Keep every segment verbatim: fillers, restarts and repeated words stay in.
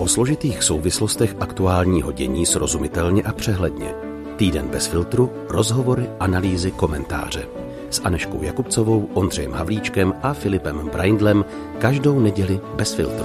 O složitých souvislostech aktuálního dění srozumitelně a přehledně. Týden bez filtru, rozhovory, analýzy, komentáře. S Anežkou Jakubcovou, Ondřejem Havlíčkem a Filipem Braindlem každou neděli bez filtru.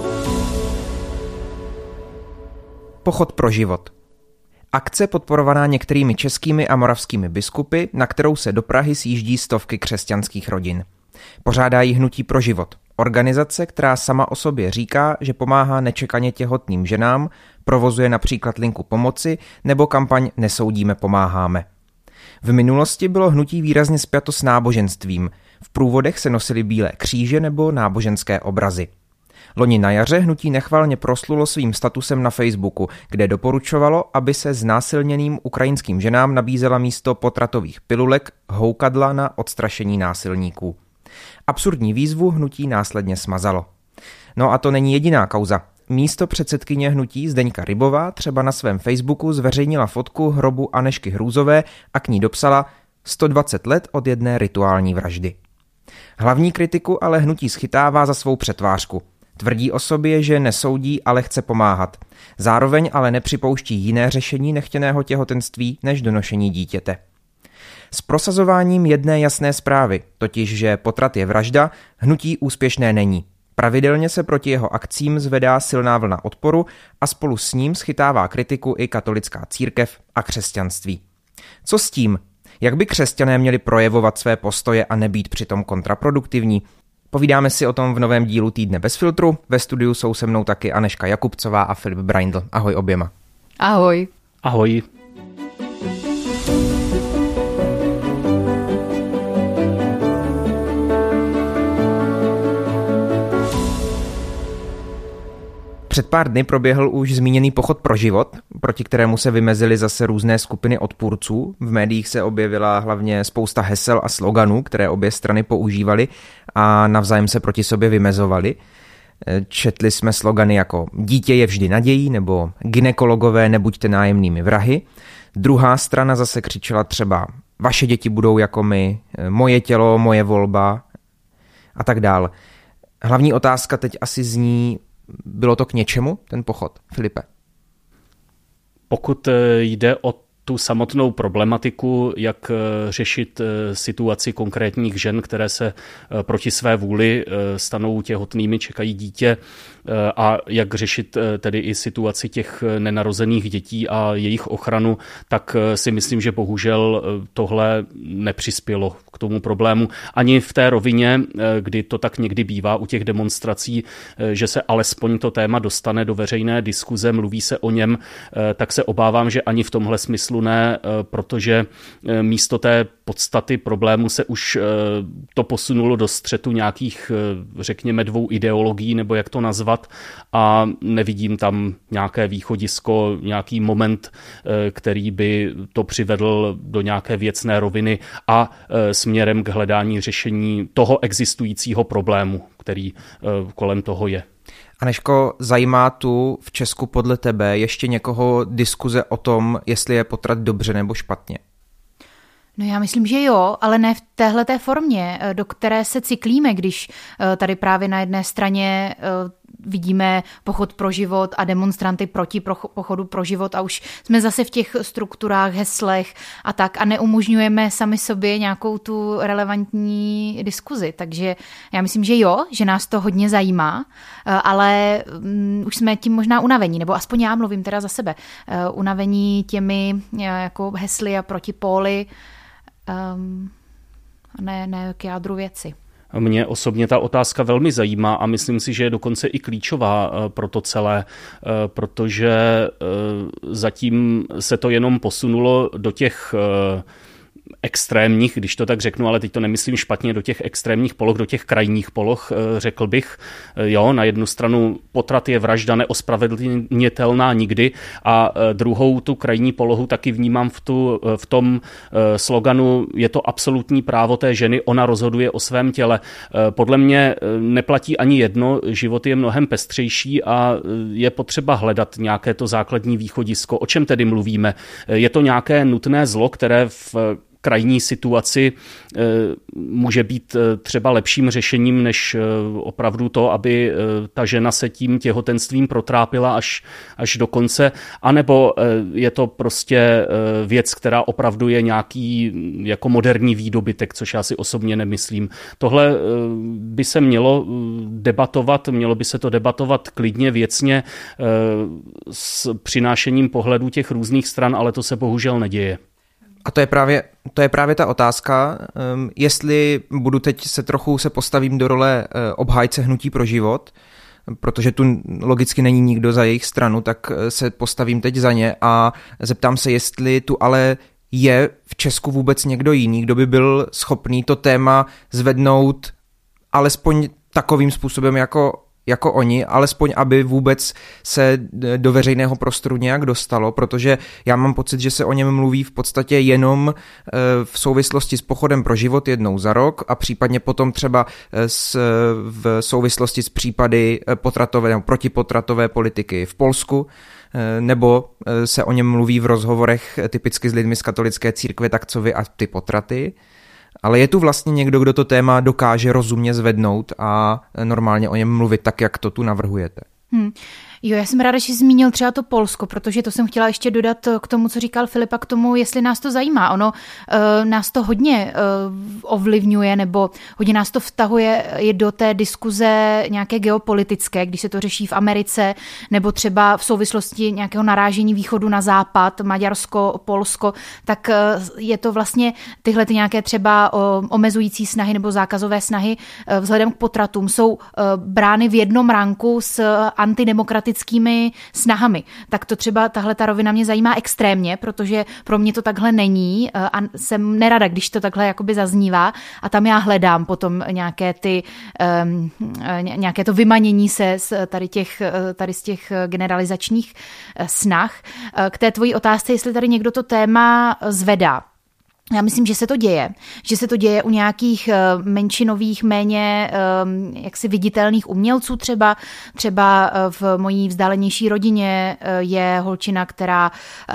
Pochod pro život. Akce podporovaná některými českými a moravskými biskupy, na kterou se do Prahy sjíždí stovky křesťanských rodin. Pořádá ji Hnutí pro život. Organizace, která sama o sobě říká, že pomáhá nečekaně těhotným ženám, provozuje například linku pomoci nebo kampaň Nesoudíme, pomáháme. V minulosti bylo hnutí výrazně spjato s náboženstvím. V průvodech se nosily bílé kříže nebo náboženské obrazy. Loni na jaře hnutí nechvalně proslulo svým statusem na Facebooku, kde doporučovalo, aby se znásilněným ukrajinským ženám nabízela místo potratových pilulek houkadla na odstrašení násilníků. Absurdní výzvu hnutí následně smazalo. No a to není jediná kauza. Místo předsedkyně hnutí Zdeňka Rybová třeba na svém Facebooku zveřejnila fotku hrobu Anežky Hrůzové a k ní dopsala sto dvacet let od jedné rituální vraždy. Hlavní kritiku ale hnutí schytává za svou přetvářku. Tvrdí o sobě, že nesoudí, ale chce pomáhat. Zároveň ale nepřipouští jiné řešení nechtěného těhotenství než donošení dítěte. S prosazováním jedné jasné zprávy, totiž že potrat je vražda, hnutí úspěšné není. Pravidelně se proti jeho akcím zvedá silná vlna odporu a spolu s ním schytává kritiku i katolická církev a křesťanství. Co s tím? Jak by křesťané měli projevovat své postoje a nebýt přitom kontraproduktivní? Povídáme si o tom v novém dílu Týdne bez filtru. Ve studiu jsou se mnou taky Anežka Jakubcová a Filip Braindl. Ahoj oběma. Ahoj. Ahoj. Před pár dny proběhl už zmíněný Pochod pro život, proti kterému se vymezily zase různé skupiny odpůrců. V médiích se objevila hlavně spousta hesel a sloganů, které obě strany používaly a navzájem se proti sobě vymezovaly. Četli jsme slogany jako dítě je vždy nadějí nebo gynekologové nebuďte nájemnými vrahy. Druhá strana zase křičela třeba vaše děti budou jako my, moje tělo, moje volba a tak dál. Hlavní otázka teď asi zní, bylo to k něčemu, ten pochod, Filipe? Pokud jde o tu samotnou problematiku, jak řešit situaci konkrétních žen, které se proti své vůli stanou těhotnými, čekají dítě, a jak řešit tedy i situaci těch nenarozených dětí a jejich ochranu, tak si myslím, že bohužel tohle nepřispělo k tomu problému. Ani v té rovině, kdy to tak někdy bývá u těch demonstrací, že se alespoň to téma dostane do veřejné diskuze, mluví se o něm, tak se obávám, že ani v tomhle smyslu ne, protože místo té podstaty problému se už to posunulo do střetu nějakých, řekněme, dvou ideologií, nebo jak to nazvat, a nevidím tam nějaké východisko, nějaký moment, který by to přivedl do nějaké věcné roviny a směrem k hledání řešení toho existujícího problému, který kolem toho je. Anežko, zajímá tu v Česku podle tebe ještě někoho diskuze o tom, jestli je potrat dobře nebo špatně? No já myslím, že jo, ale ne v téhleté formě, do které se cyklíme, když tady právě na jedné straně vidíme Pochod pro život a demonstranty proti Pochodu pro život a už jsme zase v těch strukturách, heslech a tak a neumožňujeme sami sobě nějakou tu relevantní diskuzi. Takže já myslím, že jo, že nás to hodně zajímá, ale už jsme tím možná unavení, nebo aspoň já mluvím teda za sebe, unavení těmi jako hesly a protipóly, um, ne, ne k jádru věci. Mě osobně ta otázka velmi zajímá a myslím si, že je dokonce i klíčová pro to celé, protože zatím se to jenom posunulo do těch extrémních, když to tak řeknu, ale teď to nemyslím špatně, do těch extrémních poloh, do těch krajních poloh, řekl bych. Jo, na jednu stranu potrat je vražda neospravedlnitelná nikdy a druhou tu krajní polohu taky vnímám v, tu, v tom sloganu je to absolutní právo té ženy, ona rozhoduje o svém těle. Podle mě neplatí ani jedno, život je mnohem pestřejší a je potřeba hledat nějaké to základní východisko. O čem tedy mluvíme? Je to nějaké nutné zlo, které v krajní situaci může být třeba lepším řešením, než opravdu to, aby ta žena se tím těhotenstvím protrápila až, až do konce, anebo je to prostě věc, která opravdu je nějaký jako moderní výdobytek, což já si osobně nemyslím. Tohle by se mělo debatovat, mělo by se to debatovat klidně, věcně, s přinášením pohledů těch různých stran, ale to se bohužel neděje. A to je právě, to je právě ta otázka, jestli budu teď se trochu se postavím do role obhájce hnutí pro život, protože tu logicky není nikdo za jejich stranu, tak se postavím teď za ně a zeptám se, jestli tu ale je v Česku vůbec někdo jiný, kdo by byl schopný to téma zvednout alespoň takovým způsobem jako jako oni, alespoň aby vůbec se do veřejného prostoru nějak dostalo, protože já mám pocit, že se o něm mluví v podstatě jenom v souvislosti s pochodem pro život jednou za rok a případně potom třeba s, v souvislosti s případy potratové nebo protipotratové politiky v Polsku, nebo se o něm mluví v rozhovorech typicky s lidmi z katolické církve, tak co vy a ty potraty. Ale je tu vlastně někdo, kdo to téma dokáže rozumně zvednout a normálně o něm mluvit tak, jak to tu navrhujete. Hmm. Jo, já jsem ráda, že jsi zmínil třeba to Polsko, protože to jsem chtěla ještě dodat k tomu, co říkal Filip, a k tomu, jestli nás to zajímá. Ono uh, nás to hodně uh, ovlivňuje, nebo hodně nás to vtahuje i do té diskuze nějaké geopolitické, když se to řeší v Americe, nebo třeba v souvislosti nějakého narážení východu na západ, Maďarsko, Polsko, tak uh, je to vlastně tyhle ty nějaké třeba uh, omezující snahy nebo zákazové snahy uh, vzhledem k potratům jsou uh, brány v jednom ranku s antidemokratickými snahami. Tak to třeba tahle ta rovina mě zajímá extrémně, protože pro mě to takhle není a jsem nerada, když to takhle jakoby zaznívá a tam já hledám potom nějaké ty um, nějaké to vymanění se z tady těch, tady z těch generalizačních snah. K té tvojí otázce, jestli tady někdo to téma zvedá. Já myslím, že se to děje. Že se to děje u nějakých menšinových, méně jaksi viditelných umělců třeba. Třeba v mojí vzdálenější rodině je holčina, která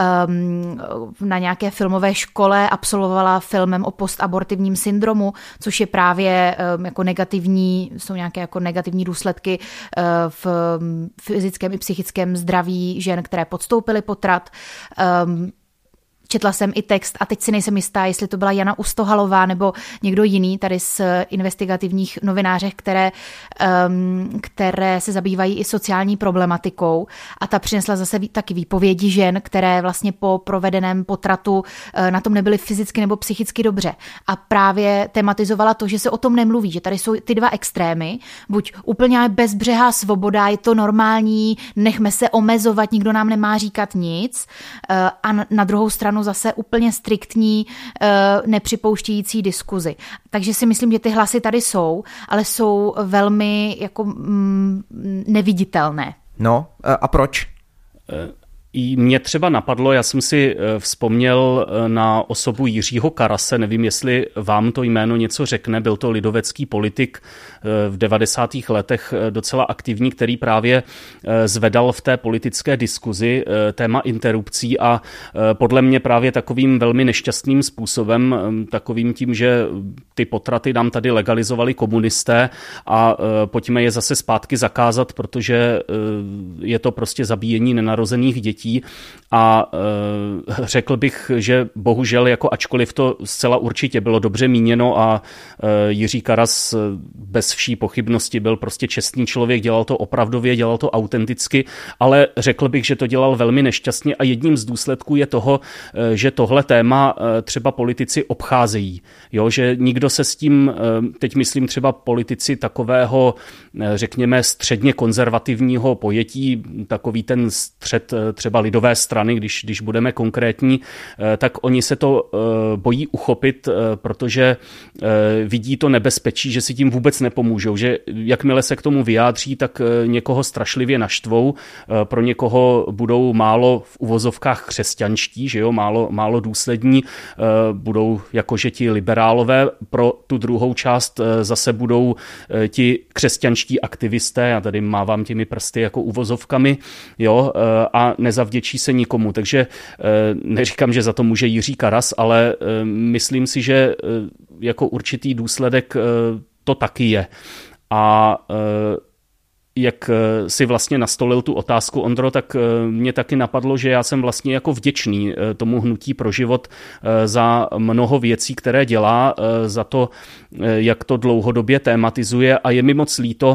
na nějaké filmové škole absolvovala filmem o postabortivním syndromu, což je právě jako negativní, jsou nějaké jako negativní důsledky v fyzickém i psychickém zdraví žen, které podstoupily potrat. Četla jsem i text a teď si nejsem jistá, jestli to byla Jana Ustohalová nebo někdo jiný tady z investigativních novinářek, které, um, které se zabývají i sociální problematikou a ta přinesla zase taky výpovědi žen, které vlastně po provedeném potratu uh, na tom nebyly fyzicky nebo psychicky dobře. A právě tematizovala to, že se o tom nemluví, že tady jsou ty dva extrémy, buď úplně bezbřehá svoboda, je to normální, nechme se omezovat, nikdo nám nemá říkat nic, uh, a na druhou stranu zase úplně striktní, nepřipouštějící diskuzi. Takže si myslím, že ty hlasy tady jsou, ale jsou velmi jako mm, neviditelné. No, a proč? I mě třeba napadlo, já jsem si vzpomněl na osobu Jiřího Karase, nevím, jestli vám to jméno něco řekne, byl to lidovecký politik v devadesátých letech docela aktivní, který právě zvedal v té politické diskuzi téma interrupcí a podle mě právě takovým velmi nešťastným způsobem, takovým tím, že ty potraty nám tady legalizovali komunisté a pojďme je zase zpátky zakázat, protože je to prostě zabíjení nenarozených dětí. A e, řekl bych, že bohužel, jako ačkoliv to zcela určitě bylo dobře míněno a e, Jiří Karas bez vší pochybnosti byl prostě čestný člověk, dělal to opravdově, dělal to autenticky, ale řekl bych, že to dělal velmi nešťastně a jedním z důsledků je toho, e, že tohle téma e, třeba politici obcházejí. Jo, že nikdo se s tím, e, teď myslím třeba politici takového, e, řekněme, středně konzervativního pojetí, takový ten střed e, třeba lidové strany, když, když budeme konkrétní, tak oni se to bojí uchopit, protože vidí to nebezpečí, že si tím vůbec nepomůžou, že jakmile se k tomu vyjádří, tak někoho strašlivě naštvou, pro někoho budou málo v uvozovkách křesťanští, že jo, málo, málo důslední, budou jakože ti liberálové, pro tu druhou část zase budou ti křesťanští aktivisté, já tady mávám těmi prsty jako uvozovkami, jo, a neza nezavděčí se nikomu. Takže neříkám, že za to může Jiří Karas, ale myslím si, že jako určitý důsledek to taky je. A jak si vlastně nastolil tu otázku, Ondro, tak mě taky napadlo, že já jsem vlastně jako vděčný tomu Hnutí pro život za mnoho věcí, které dělá, za to, jak to dlouhodobě tématizuje a je mi moc líto,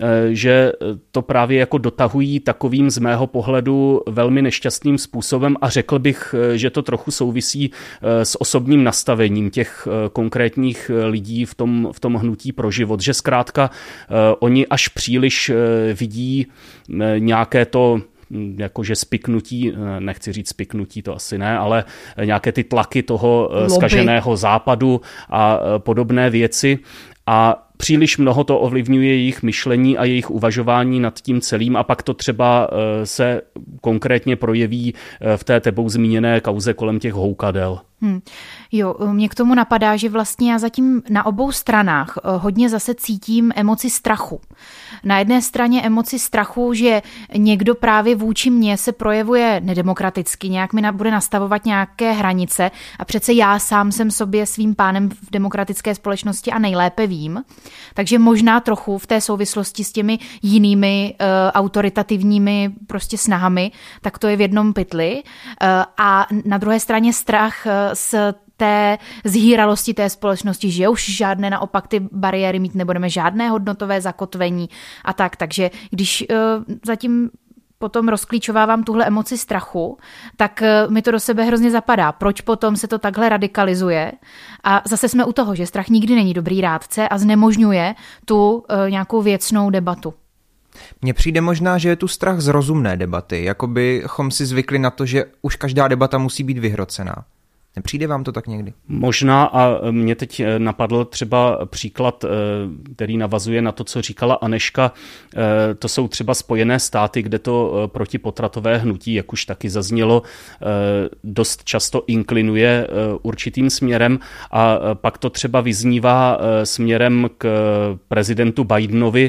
že to právě jako dotahují takovým z mého pohledu velmi nešťastným způsobem a řekl bych, že to trochu souvisí s osobním nastavením těch konkrétních lidí v tom, v tom Hnutí pro život, že zkrátka oni až příliš vidí nějaké to jakože spiknutí, nechci říct spiknutí, to asi ne, ale nějaké ty tlaky toho Lobby. Zkaženého západu a podobné věci a příliš mnoho to ovlivňuje jejich myšlení a jejich uvažování nad tím celým a pak to třeba se konkrétně projeví v té tebou zmíněné kauze kolem těch houkadel. Hmm. Jo, mě k tomu napadá, že vlastně já zatím na obou stranách hodně zase cítím emoci strachu. Na jedné straně emoci strachu, že někdo právě vůči mně se projevuje nedemokraticky, nějak mi bude nastavovat nějaké hranice a přece já sám jsem sobě svým pánem v demokratické společnosti a nejlépe vím. Takže možná trochu v té souvislosti s těmi jinými uh, autoritativními prostě snahami, tak to je v jednom pytli. Uh, a na druhé straně strach uh, z té zhýralosti té společnosti, že už žádné naopak ty bariéry mít nebudeme, žádné hodnotové zakotvení a tak. Takže když uh, zatím potom rozklíčovávám tuhle emoci strachu, tak mi to do sebe hrozně zapadá. Proč potom se to takhle radikalizuje? A zase jsme u toho, že strach nikdy není dobrý rádce a znemožňuje tu uh, nějakou věcnou debatu. Mně přijde možná, že je tu strach z rozumné debaty, jako bychom si zvykli na to, že už každá debata musí být vyhrocená. Nepřijde vám to tak někdy? Možná a mě teď napadl třeba příklad, který navazuje na to, co říkala Anežka. To jsou třeba Spojené státy, kde to protipotratové hnutí, jak už taky zaznělo, dost často inklinuje určitým směrem a pak to třeba vyznívá směrem k prezidentu Bidenovi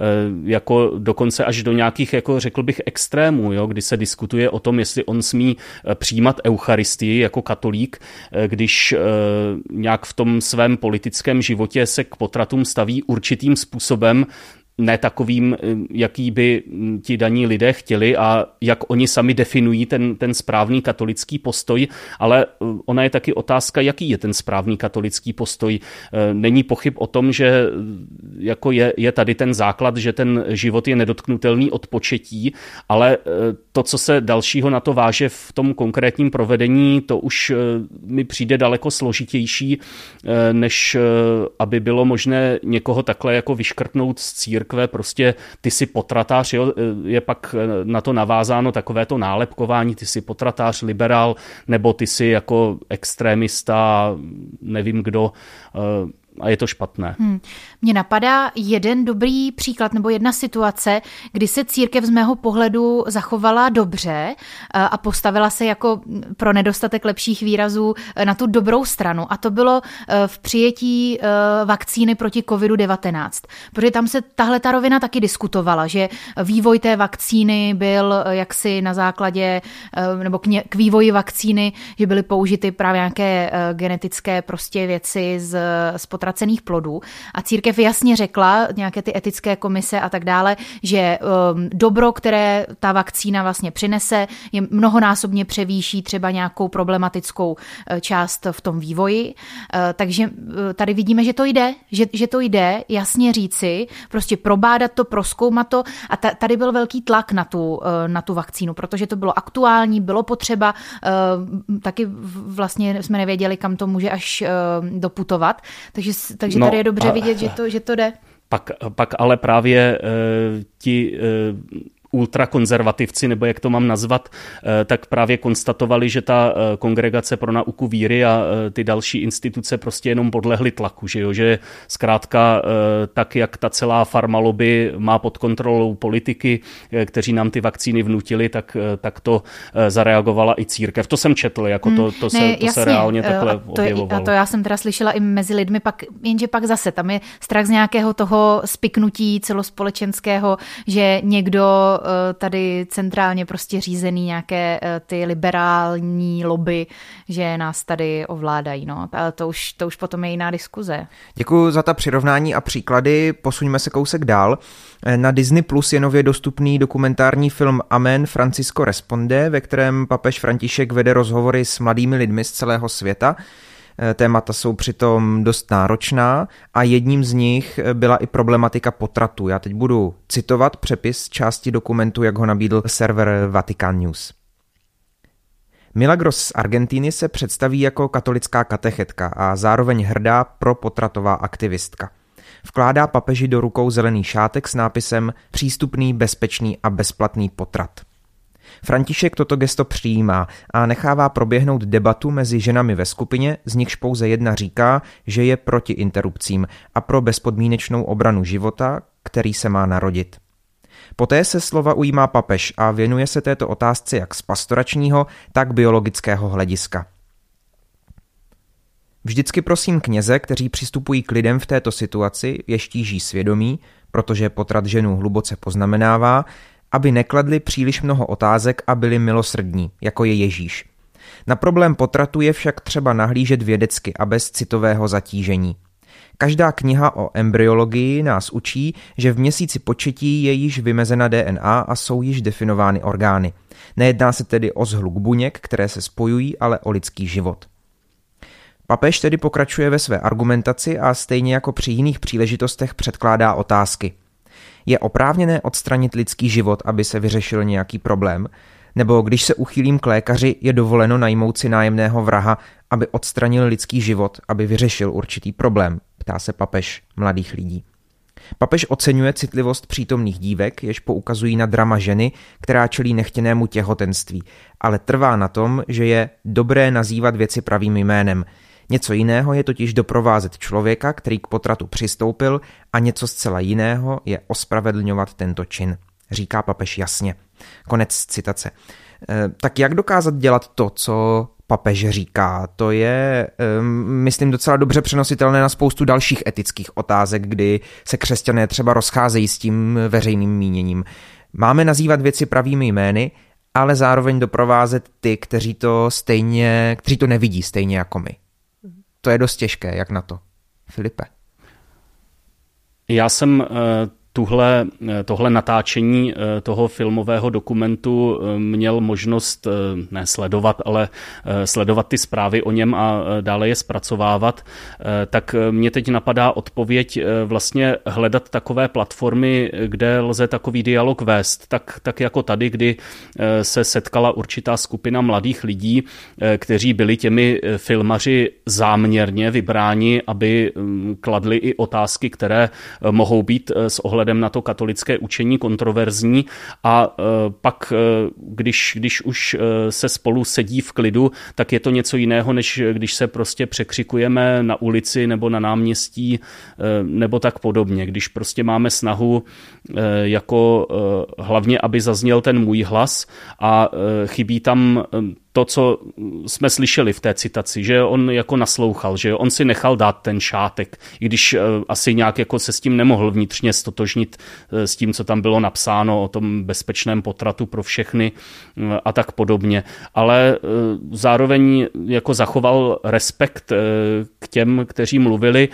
jako dokonce až do nějakých, jako řekl bych, extrémů, jo, kdy se diskutuje o tom, jestli on smí přijímat eucharistii jako katolík, když nějak v tom svém politickém životě se k potratům staví určitým způsobem, ne takovým, jaký by ti daní lidé chtěli a jak oni sami definují ten, ten správný katolický postoj, ale ona je taky otázka, jaký je ten správný katolický postoj. Není pochyb o tom, že jako je, je tady ten základ, že ten život je nedotknutelný od početí, ale to, co se dalšího na to váže v tom konkrétním provedení, to už mi přijde daleko složitější, než aby bylo možné někoho takhle jako vyškrtnout z církve, prostě ty si potratář, jo, je pak na to navázáno takové to nálepkování, ty si potratář, liberál, nebo ty si jako extrémista, nevím kdo, a je to špatné. Hmm. Mně napadá jeden dobrý příklad nebo jedna situace, kdy se církev z mého pohledu zachovala dobře a postavila se jako pro nedostatek lepších výrazů na tu dobrou stranu. A to bylo v přijetí vakcíny proti kovidu devatenáct. Protože tam se tahle ta rovina taky diskutovala, že vývoj té vakcíny byl jaksi na základě, nebo k, ně, k vývoji vakcíny, že byly použity právě nějaké genetické prostě věci z, z potracených plodů. A církev jasně řekla, nějaké ty etické komise a tak dále, že um, dobro, které ta vakcína vlastně přinese, je mnohonásobně převýší třeba nějakou problematickou uh, část v tom vývoji. Uh, takže uh, tady vidíme, že to jde, že, že to jde jasně říci, prostě probádat to, prozkoumat to a ta, tady byl velký tlak na tu, uh, na tu vakcínu, protože to bylo aktuální, bylo potřeba, uh, taky vlastně jsme nevěděli, kam to může až uh, doputovat, takže Takže no, tady je dobře a, vidět, že to, že to jde. Pak, pak ale právě uh, ti uh, ultrakonzervativci, nebo jak to mám nazvat, tak právě konstatovali, že ta Kongregace pro nauku víry a ty další instituce prostě jenom podlehly tlaku, že jo, že zkrátka tak, jak ta celá farmalobby má pod kontrolou politiky, kteří nám ty vakcíny vnutili, tak, tak to zareagovala i církev. To jsem četl, jako to, to, se, ne, to jasně, se reálně takhle to objevovalo. A to já jsem teda slyšela i mezi lidmi, pak, jenže pak zase, tam je strach z nějakého toho spiknutí celospolečenského, že někdo tady centrálně prostě řízený nějaké ty liberální lobby, že nás tady ovládají, no. Ale to už, to už potom je jiná diskuze. Děkuji za ta přirovnání a příklady. Posuňme se kousek dál. Na Disney Plus je nově dostupný dokumentární film Amen Francisco Responde, ve kterém papež František vede rozhovory s mladými lidmi z celého světa. Témata jsou přitom dost náročná a jedním z nich byla i problematika potratu. Já teď budu citovat přepis části dokumentu, jak ho nabídl server Vatican News. Milagros z Argentiny se představí jako katolická katechetka a zároveň hrdá propotratová aktivistka. Vkládá papeži do rukou zelený šátek s nápisem přístupný, bezpečný a bezplatný potrat. František toto gesto přijímá a nechává proběhnout debatu mezi ženami ve skupině, z nichž pouze jedna říká, že je proti interrupcím a pro bezpodmínečnou obranu života, který se má narodit. Poté se slova ujímá papež a věnuje se této otázce jak z pastoračního, tak biologického hlediska. Vždycky prosím kněze, kteří přistupují k lidem v této situaci, jež tíží svědomí, protože potrat ženu hluboce poznamenává, aby nekladli příliš mnoho otázek a byli milosrdní, jako je Ježíš. Na problém potratu je však třeba nahlížet vědecky a bez citového zatížení. Každá kniha o embryologii nás učí, že v měsíci početí je již vymezena D N A a jsou již definovány orgány. Nejedná se tedy o shluk buněk, které se spojují, ale o lidský život. Papež tedy pokračuje ve své argumentaci a stejně jako při jiných příležitostech předkládá otázky. Je oprávněné odstranit lidský život, aby se vyřešil nějaký problém? Nebo když se uchýlím k lékaři, je dovoleno najmout si nájemného vraha, aby odstranil lidský život, aby vyřešil určitý problém? Ptá se papež mladých lidí. Papež oceňuje citlivost přítomných dívek, jež poukazují na drama ženy, která čelí nechtěnému těhotenství, ale trvá na tom, že je dobré nazývat věci pravým jménem. Něco jiného je totiž doprovázet člověka, který k potratu přistoupil, a něco zcela jiného je ospravedlňovat tento čin, říká papež jasně. Konec citace. E, tak jak dokázat dělat to, co papež říká? To je, e, myslím, docela dobře přenositelné na spoustu dalších etických otázek, kdy se křesťané třeba rozcházejí s tím veřejným míněním. Máme nazývat věci pravými jmény, ale zároveň doprovázet ty, kteří to stejně, kteří to nevidí stejně jako my. To je dost těžké, jak na to, Filipe? Já jsem tuhle, tohle natáčení toho filmového dokumentu měl možnost ne sledovat, ale sledovat ty zprávy o něm a dále je zpracovávat, tak mě teď napadá odpověď vlastně hledat takové platformy, kde lze takový dialog vést. Tak, tak jako tady, kdy se setkala určitá skupina mladých lidí, kteří byli těmi filmaři záměrně vybráni, aby kladli i otázky, které mohou být s ohledem na to katolické učení kontroverzní, a pak, když, když už se spolu sedí v klidu, tak je to něco jiného, než když se prostě překřikujeme na ulici nebo na náměstí nebo tak podobně. Když prostě máme snahu jako hlavně, aby zazněl ten můj hlas a chybí tam to, co jsme slyšeli v té citaci, že on jako naslouchal, že on si nechal dát ten šátek, i když asi nějak jako se s tím nemohl vnitřně stotožnit s tím, co tam bylo napsáno o tom bezpečném potratu pro všechny a tak podobně. Ale zároveň jako zachoval respekt k těm, kteří mluvili,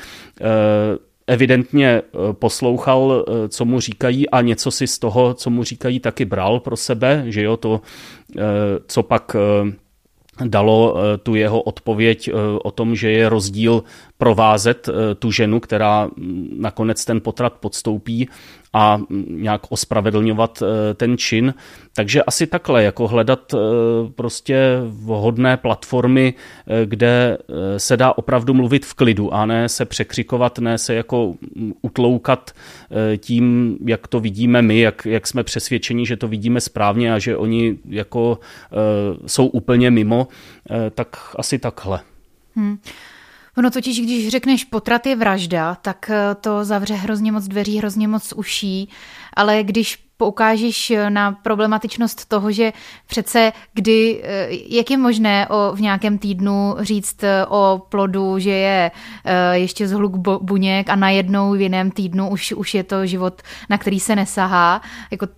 evidentně poslouchal, co mu říkají, a něco si z toho, co mu říkají, taky bral pro sebe, že jo, to, co pak dalo tu jeho odpověď o tom, že je rozdíl provázet tu ženu, která nakonec ten potrat podstoupí, a nějak ospravedlňovat ten čin. Takže asi takhle, jako hledat prostě vhodné platformy, kde se dá opravdu mluvit v klidu a ne se překřikovat, ne se jako utloukat tím, jak to vidíme my, jak, jak jsme přesvědčeni, že to vidíme správně a že oni jako jsou úplně mimo, tak asi takhle. Hmm. Ono totiž, když řekneš potrat je vražda, tak to zavře hrozně moc dveří, hrozně moc uší, ale když poukážeš na problematičnost toho, že přece kdy, jak je možné o, v nějakém týdnu říct o plodu, že je ještě zhluk buněk, a najednou v jiném týdnu už, už je to život, na který se nesahá, jako to,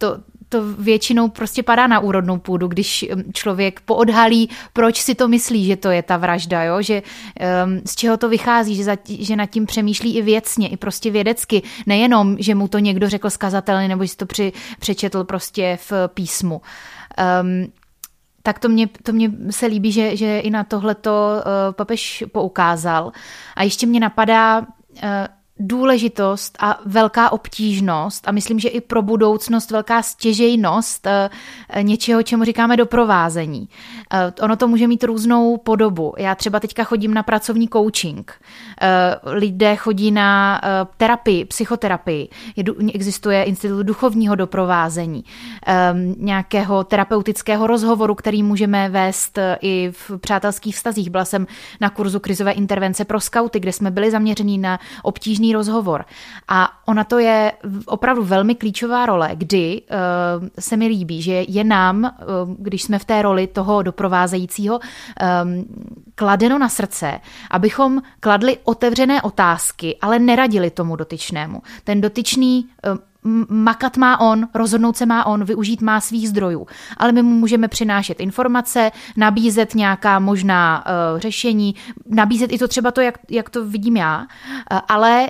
to většinou prostě padá na úrodnou půdu, když člověk poodhalí, proč si to myslí, že to je ta vražda, jo? Že um, z čeho to vychází, že, za, že nad tím přemýšlí i věcně, i prostě vědecky, nejenom, že mu to někdo řekl zkazatelně, nebo že si to při, přečetl prostě v písmu. Um, tak to mě, to mě se líbí, že, že i na tohleto uh, papež poukázal. A ještě mě napadá uh, důležitost a velká obtížnost a myslím, že i pro budoucnost velká stěžejnost něčeho, čemu říkáme doprovázení. Ono to může mít různou podobu. Já třeba teďka chodím na pracovní coaching. Lidé chodí na terapii, psychoterapii. Existuje institut duchovního doprovázení, nějakého terapeutického rozhovoru, který můžeme vést i v přátelských vztazích. Byla jsem na kurzu krizové intervence pro skauty, kde jsme byli zaměření na obtížný rozhovor. A ona to je opravdu velmi klíčová role, kdy uh, se mi líbí, že je nám, uh, když jsme v té roli toho doprovázejícího, um, kladeno na srdce, abychom kladli otevřené otázky, ale neradili tomu dotyčnému. Ten dotyčný uh, makat má on, rozhodnout se má on, využít má svých zdrojů. Ale my mu můžeme přinášet informace, nabízet nějaká možná uh, řešení, nabízet i to třeba to, jak, jak to vidím já, uh, ale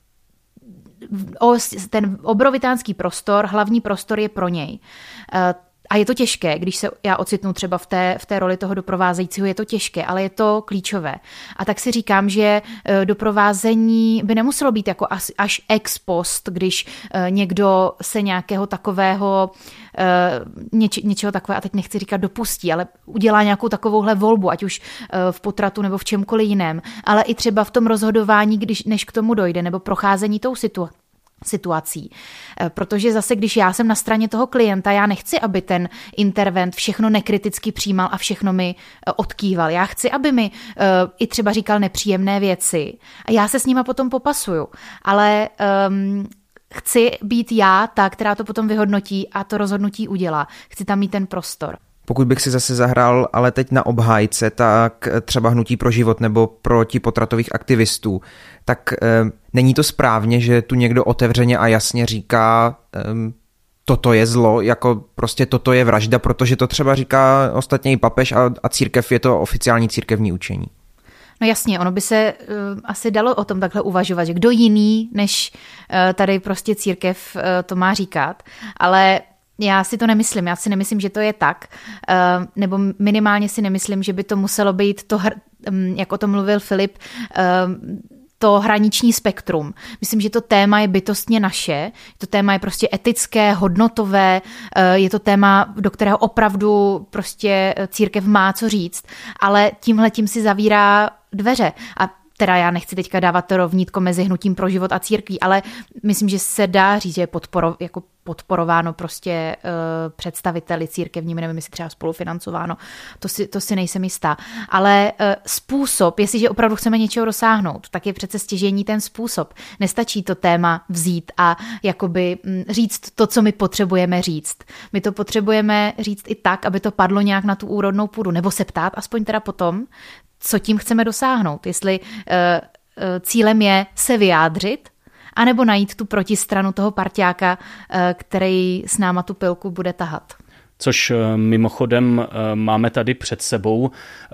ten obrovitánský prostor, hlavní prostor je pro něj. Uh, A je to těžké, když se já ocitnu třeba v té, v té roli toho doprovázejícího, je to těžké, ale je to klíčové. A tak si říkám, že doprovázení by nemuselo být jako až, až ex post, když někdo se nějakého takového, něč, něčeho takového, a teď nechci říkat dopustí, ale udělá nějakou takovouhle volbu, ať už v potratu nebo v čemkoliv jiném, ale i třeba v tom rozhodování, když, než k tomu dojde, nebo procházení tou situací. situací. Protože zase, když já jsem na straně toho klienta, já nechci, aby ten intervent všechno nekriticky přijímal a všechno mi odkýval. Já chci, aby mi uh, i třeba říkal nepříjemné věci a já se s nima potom popasuju. Ale um, chci být já ta, která to potom vyhodnotí a to rozhodnutí udělá. Chci tam mít ten prostor. Pokud bych si zase zahrál, ale teď na obhájce, tak třeba Hnutí pro život nebo proti potratových aktivistů, tak e, není to správně, že tu někdo otevřeně a jasně říká, e, toto je zlo, jako prostě toto je vražda, protože to třeba říká ostatně i papež a, a církev, je to oficiální církevní učení. No jasně, ono by se uh, asi dalo o tom takhle uvažovat, že kdo jiný než uh, tady prostě církev uh, to má říkat, ale já si to nemyslím, já si nemyslím, že to je tak, uh, nebo minimálně si nemyslím, že by to muselo být to, um, jak o tom mluvil Filip, uh, to hraniční spektrum. Myslím, že to téma je bytostně naše, to téma je prostě etické, hodnotové, je to téma, do kterého opravdu prostě církev má co říct, ale tímhletím si zavírá dveře. A teda já nechci teďka dávat to rovnítko mezi Hnutím pro život a církví, ale myslím, že se dá říct, že je podporo, jako podporováno prostě uh, představiteli církevními, nevím, jestli třeba spolufinancováno, to si, to si nejsem jistá. Ale uh, způsob, jestliže opravdu chceme něčeho dosáhnout, tak je přece stěžejní ten způsob. Nestačí to téma vzít a jakoby m, říct to, co my potřebujeme říct. My to potřebujeme říct i tak, aby to padlo nějak na tu úrodnou půdu, nebo se ptát aspoň teda potom, co tím chceme dosáhnout. Jestli uh, uh, cílem je se vyjádřit, anebo najít tu protistranu toho parťáka, uh, který s náma tu pilku bude tahat. Což mimochodem máme tady před sebou,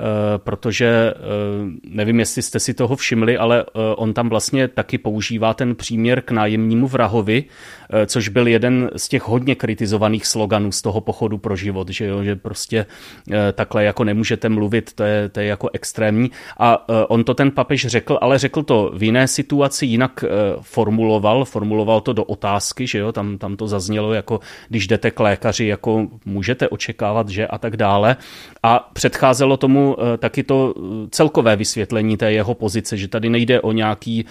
protože nevím, jestli jste si toho všimli, ale on tam vlastně taky používá ten příměr k nájemnímu vrahovi, což byl jeden z těch hodně kritizovaných sloganů z toho pochodu pro život, že, jo, že prostě takhle jako nemůžete mluvit, to je, to je jako extrémní. A on to ten papež řekl, ale řekl to v jiné situaci, jinak formuloval, formuloval to do otázky, že jo, tam, tam to zaznělo, jako když jdete k lékaři, jako můžete očekávat, že a tak dále. A předcházelo tomu taky to celkové vysvětlení té jeho pozice, že tady nejde o nějaký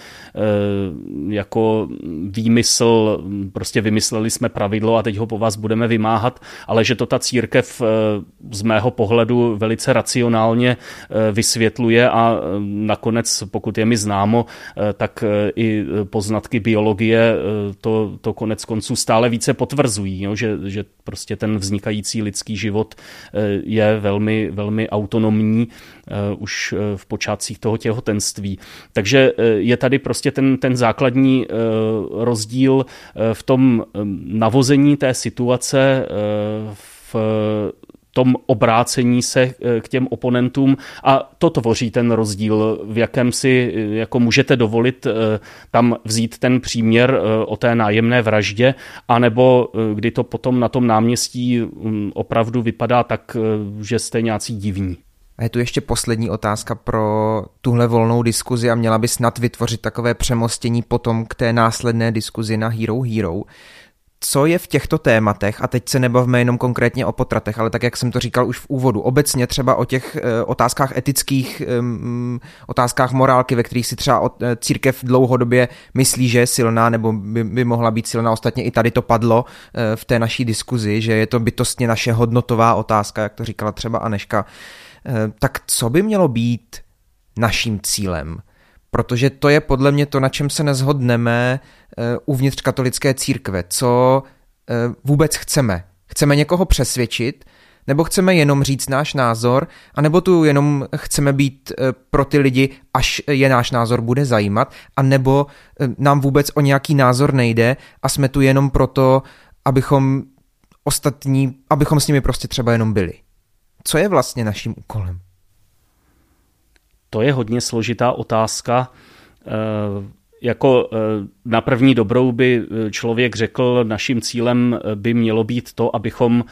jako výmysl, prostě vymysleli jsme pravidlo a teď ho po vás budeme vymáhat, ale že to ta církev z mého pohledu velice racionálně vysvětluje a nakonec, pokud je mi známo, tak i poznatky biologie to, to konec konců stále více potvrzují, jo? Že, že prostě ten vznikající vynikající lidský život je velmi, velmi autonomní už v počátcích toho těhotenství. Takže je tady prostě ten, ten základní rozdíl v tom navození té situace, v tom obrácení se k těm oponentům a to tvoří ten rozdíl, v jakém si jako můžete dovolit tam vzít ten příměr o té nájemné vraždě, anebo kdy to potom na tom náměstí opravdu vypadá tak, že jste nějací divní. A je tu ještě poslední otázka pro tuhle volnou diskuzi a měla by snad vytvořit takové přemostění potom k té následné diskuzi na Hero Hero. Co je v těchto tématech, a teď se nebavme jenom konkrétně o potratech, ale tak, jak jsem to říkal už v úvodu, obecně třeba o těch e, otázkách etických, e, otázkách morálky, ve kterých si třeba o, e, církev dlouhodobě myslí, že je silná, nebo by, by mohla být silná. Ostatně i tady to padlo e, v té naší diskuzi, že je to bytostně naše hodnotová otázka, jak to říkala třeba Anežka. E, tak co by mělo být naším cílem? Protože to je podle mě to, na čem se neshodneme uvnitř katolické církve. Co vůbec chceme? Chceme někoho přesvědčit, nebo chceme jenom říct náš názor, anebo tu jenom chceme být pro ty lidi, až je náš názor bude zajímat, anebo nám vůbec o nějaký názor nejde a jsme tu jenom proto, abychom ostatní, abychom s nimi prostě třeba jenom byli. Co je vlastně naším úkolem? To je hodně složitá otázka. Jako na první dobrou by člověk řekl, naším cílem by mělo být to, abychom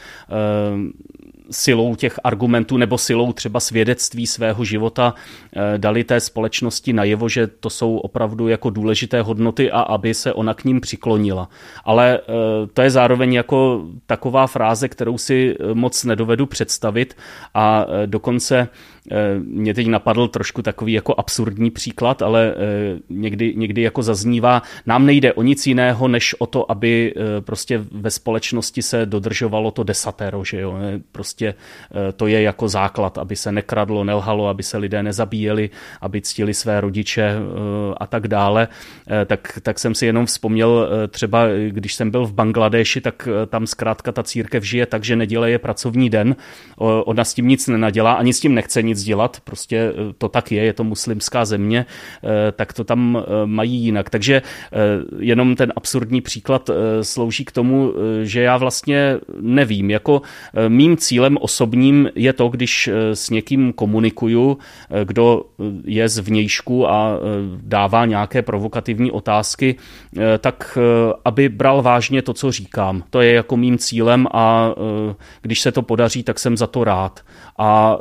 silou těch argumentů nebo silou třeba svědectví svého života dali té společnosti najevo, že to jsou opravdu jako důležité hodnoty a aby se ona k ním přiklonila. Ale to je zároveň jako taková fráze, kterou si moc nedovedu představit a dokonce mě teď napadl trošku takový jako absurdní příklad, ale někdy, někdy jako zaznívá, nám nejde o nic jiného, než o to, aby prostě ve společnosti se dodržovalo to desatero, že jo, prostě to je jako základ, aby se nekradlo, nelhalo, aby se lidé nezabíjeli, aby ctili své rodiče a tak dále. Tak, tak jsem si jenom vzpomněl třeba, když jsem byl v Bangladeši, tak tam zkrátka ta církev žije tak, že neděle je pracovní den, ona s tím nic nenadělá, ani s tím nechce nic dělat, prostě to tak je, je to muslimská země, tak to tam mají jinak. Takže jenom ten absurdní příklad slouží k tomu, že já vlastně nevím, jako mým cílem osobním je to, když s někým komunikuju, kdo je zvnějšku a dává nějaké provokativní otázky, tak aby bral vážně to, co říkám. To je jako mým cílem a když se to podaří, tak jsem za to rád. A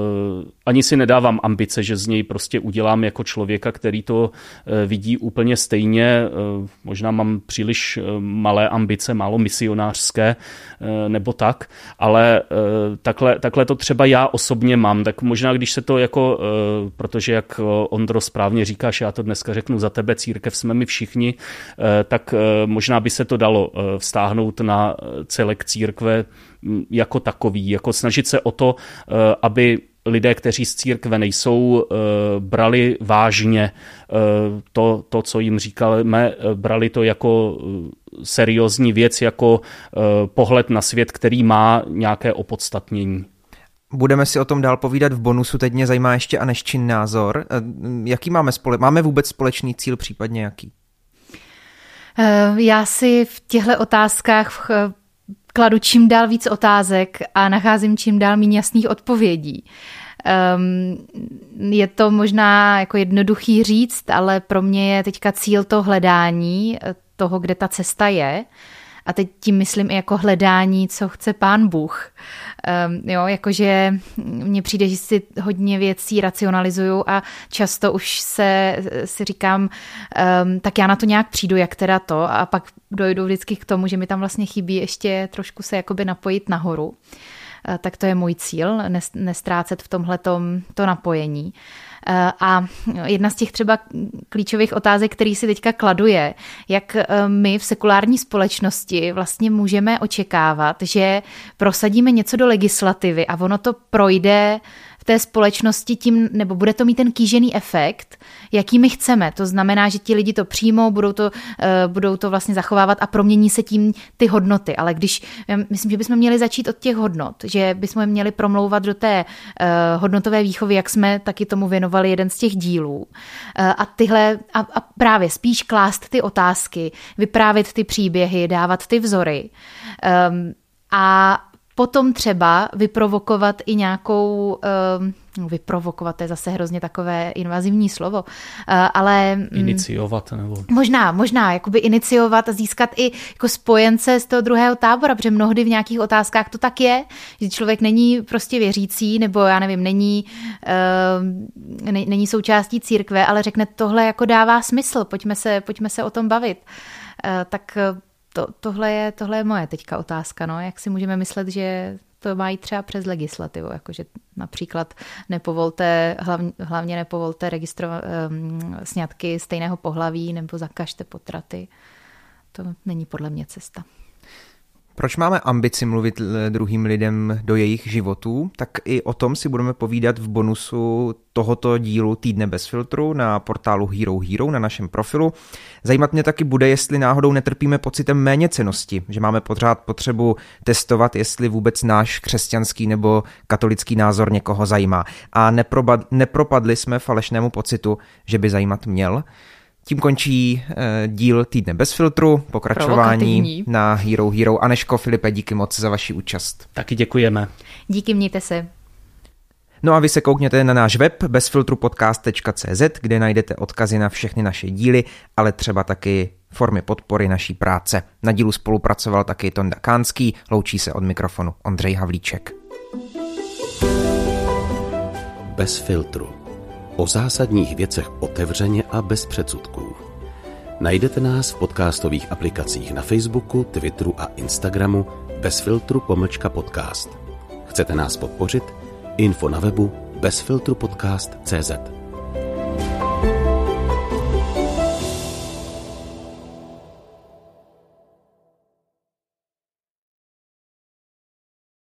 ani si nedávám ambice, že z něj prostě udělám jako člověka, který to vidí úplně stejně. Možná mám příliš malé ambice, málo misionářské nebo tak, ale takhle, takhle to třeba já osobně mám. Tak možná, když se to jako, protože jak Ondro správně říkáš, já to dneska řeknu za tebe, církev jsme my všichni, tak možná by se to dalo vztáhnout na celek církve jako takový, jako snažit se o to, aby lidé, kteří z církve nejsou, brali vážně to, to, co jim říkáme, brali to jako seriózní věc, jako pohled na svět, který má nějaké opodstatnění. Budeme si o tom dál povídat v bonusu, teď mě zajímá ještě Anežčin názor. Jaký máme spole- máme vůbec společný cíl, případně jaký? Já si v těchto otázkách kladu čím dál víc otázek a nacházím čím dál méně jasných odpovědí. Um, je to možná jako jednoduchý říct, ale pro mě je teďka cíl to hledání toho, kde ta cesta je. A teď tím myslím i jako hledání, co chce Pán Bůh. Um, jo, jakože mně přijde, že si hodně věcí racionalizuju a často už se si říkám, um, tak já na to nějak přijdu, jak teda to, a pak dojdu vždycky k tomu, že mi tam vlastně chybí ještě trošku se jakoby napojit nahoru. Uh, tak to je můj cíl, nestrácet v tomhletom to napojení. A jedna z těch třeba klíčových otázek, který si teďka kladu, je, jak my v sekulární společnosti vlastně můžeme očekávat, že prosadíme něco do legislativy a ono to projde v té společnosti tím, nebo bude to mít ten kýžený efekt, jaký my chceme. To znamená, že ti lidi to přijmou, budou to, uh, budou to vlastně zachovávat a promění se tím ty hodnoty. Ale když, myslím, že bychom měli začít od těch hodnot, že bychom měli promlouvat do té uh, hodnotové výchovy, jak jsme taky tomu věnovali jeden z těch dílů. Uh, a tyhle, a, a právě spíš klást ty otázky, vyprávět ty příběhy, dávat ty vzory. Um, a potom třeba vyprovokovat i nějakou, uh, vyprovokovat, to je zase hrozně takové invazivní slovo, uh, ale... Iniciovat nebo... Možná, možná, jakoby iniciovat a získat i jako spojence z toho druhého tábora, protože mnohdy v nějakých otázkách to tak je, že člověk není prostě věřící, nebo já nevím, není, uh, ne, není součástí církve, ale řekne, tohle jako dává smysl, pojďme se, pojďme se o tom bavit. Uh, tak... To, tohle, je, tohle je moje teďka otázka, no, jak si můžeme myslet, že to má jít třeba přes legislativu, jakože například nepovolte, hlavně, hlavně nepovolte registrovat um, sňatky stejného pohlaví nebo zakažte potraty. To není podle mě cesta. Proč máme ambici mluvit druhým lidem do jejich životů, tak i o tom si budeme povídat v bonusu tohoto dílu Týdne bez filtru na portálu Hero Hero na našem profilu. Zajímat mě taky bude, jestli náhodou netrpíme pocitem méněcennosti, že máme pořád potřebu testovat, jestli vůbec náš křesťanský nebo katolický názor někoho zajímá. A nepropadli jsme falešnému pocitu, že by zajímat měl. Tím končí uh, díl Týdne bez filtru, pokračování na Hero Hero. Anežko, Filipe, díky moc za vaši účast. Taky děkujeme. Díky, mějte se. No a vy se koukněte na náš web bezfiltrupodcast tečka cé zet, kde najdete odkazy na všechny naše díly, ale třeba taky formy podpory naší práce. Na dílu spolupracoval taky Tonda Kánský, loučí se od mikrofonu Ondřej Havlíček. Bez filtru. O zásadních věcech otevřeně a bez předsudků. Najdete nás v podcastových aplikacích na Facebooku, Twitteru a Instagramu bez filtru pomlčka podcast. Chcete nás podpořit? Info na webu bezfiltrupodcast tečka cé zet.